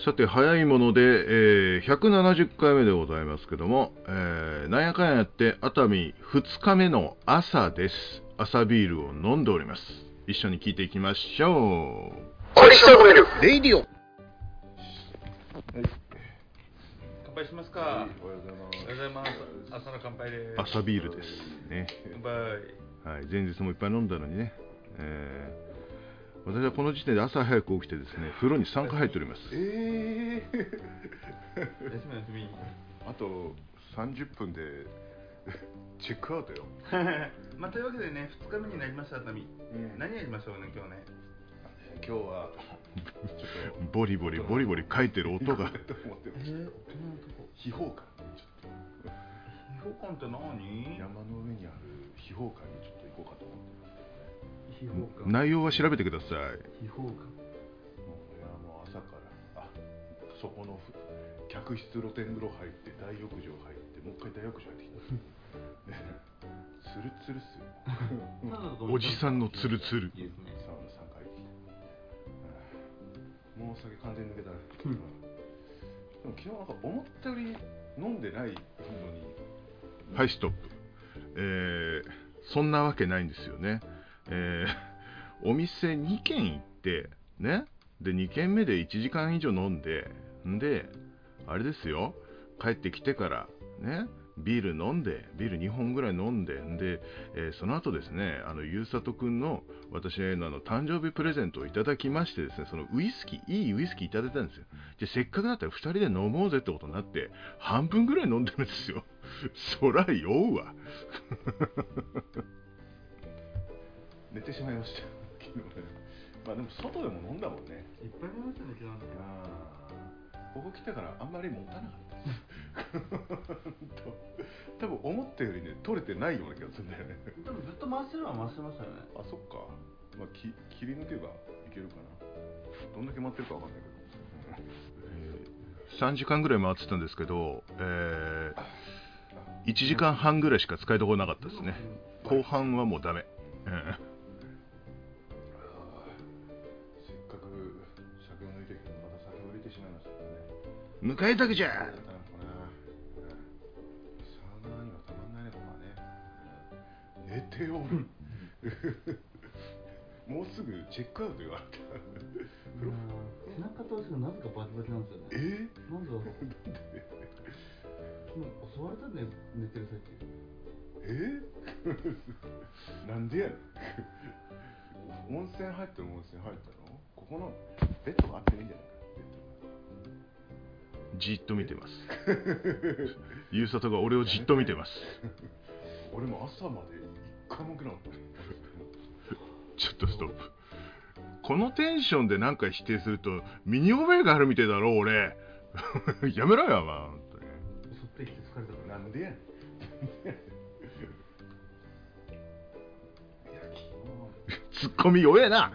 さて早いもので、170回目でございますけども、なんやかんやって熱海2日目の朝です。朝ビールを飲んでおります。一緒に聞いていきましょう。 小石とグルレイディオ。はい、 乾杯しますか。 はい、おはようございます。 おはようございます。朝の乾杯です。 朝ビールですね。 乾杯。 はい、前日もいっぱい飲んだのにね。私はこの時点で朝早く起きてですね、風呂に3回入っております。 休み休み。 あと30分でチェックアウトよ。 まあ、というわけでね、2日目になりました熱海、何やりましょうね今日ね。 今日はちょっとボリボリ書いてる音が秘宝館ね、ちょっと秘宝館って何？ 山の上にある秘宝館にちょっと行こうかと思ってます。 秘宝館。 内容は調べてください。 秘宝館。 もう朝からそこの客室露天風呂入って大浴場入ってもう一回大浴場入ってきた。ツルツルっすよ。おじさんのツルツル。いいですね。サウナ3回来た。もう酒完全に抜けたね。でも昨日なんか思ったより飲んでないのに。はい、ストップ。そんなわけないんですよね。お店2軒行ってね、で2軒目で1時間以上飲んで、であれですよ、帰ってきてからね、ビール飲んで、ビール2本ぐらい飲んで、で、その後ですね、ゆうさとくんの私への誕生日プレゼントをいただきましてですね、そのウイスキー、いいウイスキーいただいたんですよ。でせっかくだったら2人で飲もうぜってことになって半分ぐらい飲んでるんですよ。そら酔うわ。寝てしまいました昨日ね。まあでも外でも飲んだもんね。 いっぱい飲みましたね昨日。 ここ来てからあんまり持たなかったです多分思ったよりね取れてないような気がするんだよね。 多分ずっと回してるのは回してましたよね。 あ、そっか。まあ切り抜けばいけるかな。どんだけ回ってるかわかんないけど、3時間ぐらい回ってたんですけど、1時間半ぐらいしか使いどころなかったですね。後半はもうダメ。迎えたけじゃ。サウナーにはたまんないね、ここはね。寝ておる。もうすぐチェックアウト言われた。 背中と足がなぜかバキバキなんですよね。なんだろう。襲われたね、寝てる最中。なんでやねん。温泉入ったの？ここのベッドがあってもいいんじゃないか。じっと見てます。ゆうさとが俺をじっと見てます。俺も朝まで一回も起きなかった。ちょっとストップ。このテンションでなんか否定すると身に覚えがあるみたいだろ俺。やめろよ、まあ本当に。 襲ってきて疲れたから。 なんでやねん。ツッコミ弱えな。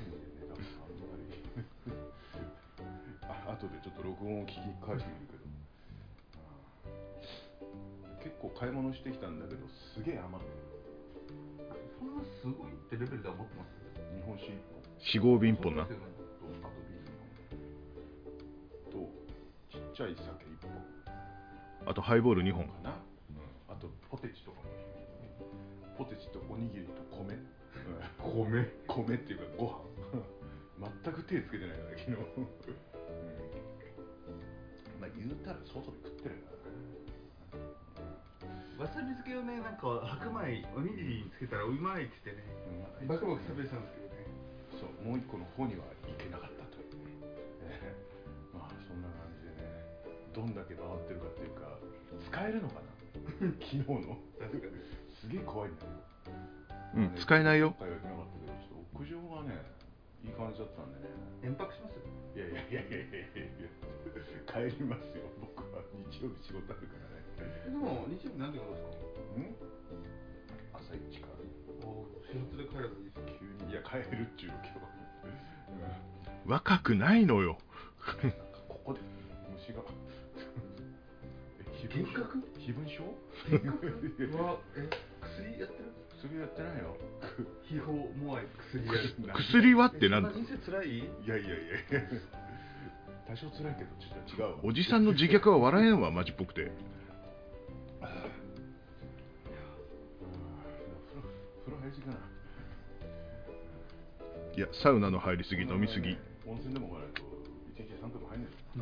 後でちょっと録音を聞き返してみるけど、結構買い物してきたんだけどすげえ余ってる。 そんなすごいってレベルでは持ってますよね。 日本酒4合瓶本な。あとビールとちっちゃい酒1本、あとハイボール2本かな、あとポテチとかも、ポテチとおにぎりと米、米っていうかご飯。全く手つけてないから昨日。まあ言うたら外で食ってるからね。 わさび漬けをね、なんか白米おにぎりにつけたらうまいって言ってね、バクバク食べてたんですけどね。 そう、もう一個の方にはいけなかったというね。まあそんな感じでね、どんだけ回ってるかっていうか使えるのかな。昨日のすげえ怖いんだけど、使えないよ。今回はいけなかったけど、ちょっと屋上がねいい感じだったんでね。 延泊しますよ。 いや帰りますよ。僕は日曜日仕事あるからね。 でも日曜日何時からですか？ 朝一から。 始発で帰るのに急に。いや帰るっちゅうの今日。若くないのよ。ここで虫が。 幻覚？ 非分症？ 薬やってる？ 薬やってないよ。 秘宝モアイ薬やる。 薬はってなんだ。 人生つらい？ いや多少辛いけどちょっと違うわ。 おじさんの自虐は笑えんわ、マジっぽくて。 風呂入りすぎかな。 いや、サウナの入りすぎ、飲みすぎ。 温泉でも入らないと1日3回も入んないです。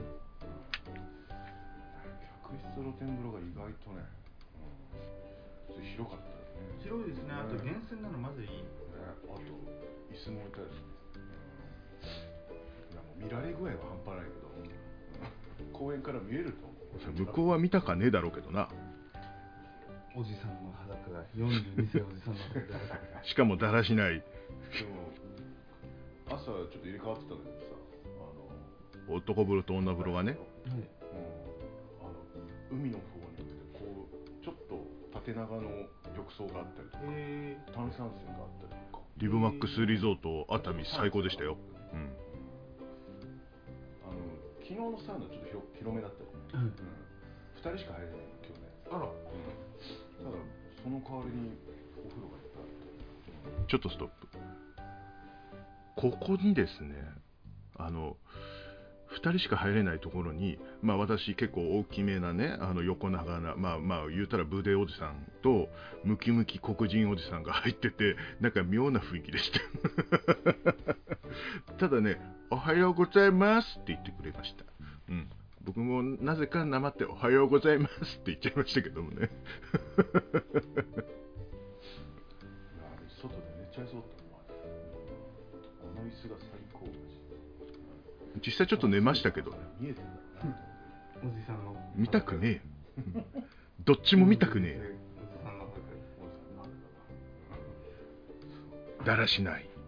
客室露天風呂が意外とね、それ広かったよね。 広いですね。あと源泉なのまずいい。 あと椅子も置いてあるしね。いやもう見られ具合は半端ないけど、公園から見えると思う。 向こうは見たかねえだろうけどな。 おじさんの裸が42歳おじさんの裸しかもだらしない。 でも朝ちょっと入れ替わってたんだけどさ、 男風呂と女風呂がね、 海の方にこうちょっと縦長の浴槽があったりとか、炭酸泉があったりとか、 リブマックスリゾート熱海最高でしたよ。 昨日のサウナちょっと広めだったよね。2人しか入れない今日ね。あら。だからその代わりにお風呂がいっぱいある。 ちょっとストップ。ここにですね、2人しか入れないところに、まあ私結構大きめなね、横長な、まあ言うたらブデおじさんとムキムキ黒人おじさんが入ってて、なんか妙な雰囲気でした。ただね、おはようございますって言ってくれました。僕もなぜかなまっておはようございますって言っちゃいましたけどもね。 外で寝ちゃいそうだったの。あの椅子が最高。 実際ちょっと寝ましたけど、 見えてるおじさんの見たくねえ。どっちも見たくねえ。だらしない。 で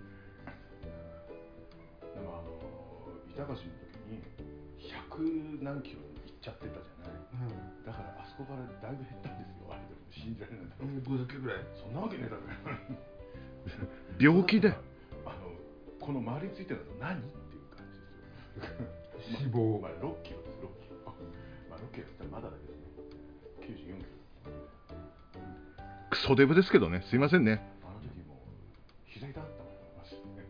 も板橋の時に100何キロに行っちゃってたじゃない。だからあそこからだいぶ減ったんですよ。あれでも信じられない。 50キロぐらい。 そんなわけねえだろ。 病気で。 この周りについてるのは何っていう感じですよ。 脂肪。 6キロです。6キロ。6キロってまだだけどね。94キロ。 クソデブですけどね。すいませんね。 あの時も膝痛かったもんマジで。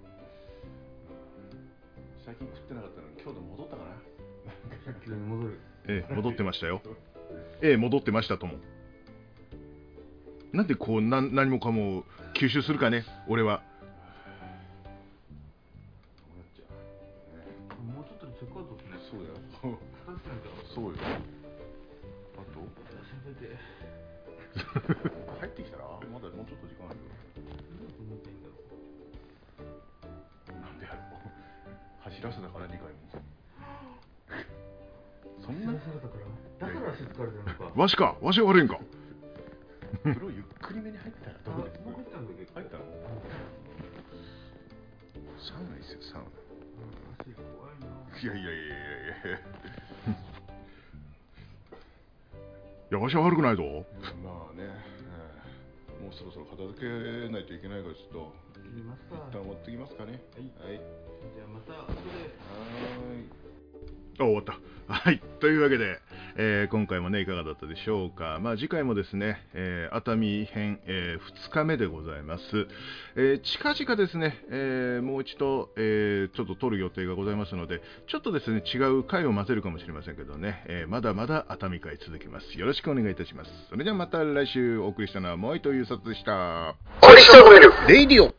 最近食ってなかったのに今日で戻ったかな。 100キロに戻る。 戻ってましたよ。戻ってましたとも。なんでこう何もかも吸収するかね、俺は。 もうちょっとでチェックアウトですね。 そうだよ。そうよ。あと入ってきたらまだもうちょっと時間あるよ。なんでやろう。走らせたから2回も。そんなだから足疲れてるのか。 わしが悪いんか。 風呂ゆっくりめに入ったらどうですか。 入ったんだけど。 入ったの。サウナですよ、サウナ。 足怖いな。 いや。 いや、わしは悪くないぞ。 まあね、もうそろそろ片付けないといけないからちょっと一旦持ってきますかね。はい。 じゃあまた後で。 終わった。はい。というわけで、今回もね、いかがだったでしょうか。まあ次回もですね、熱海編、2日目でございます。近々ですね、もう一度、ちょっと撮る予定がございますので、ちょっとですね、違う回を混ぜるかもしれませんけどね、まだまだ熱海回続きます。よろしくお願いいたします。それではまた来週お送りしたのは、もう一度ゆうさつでした。 堀下のレディオ。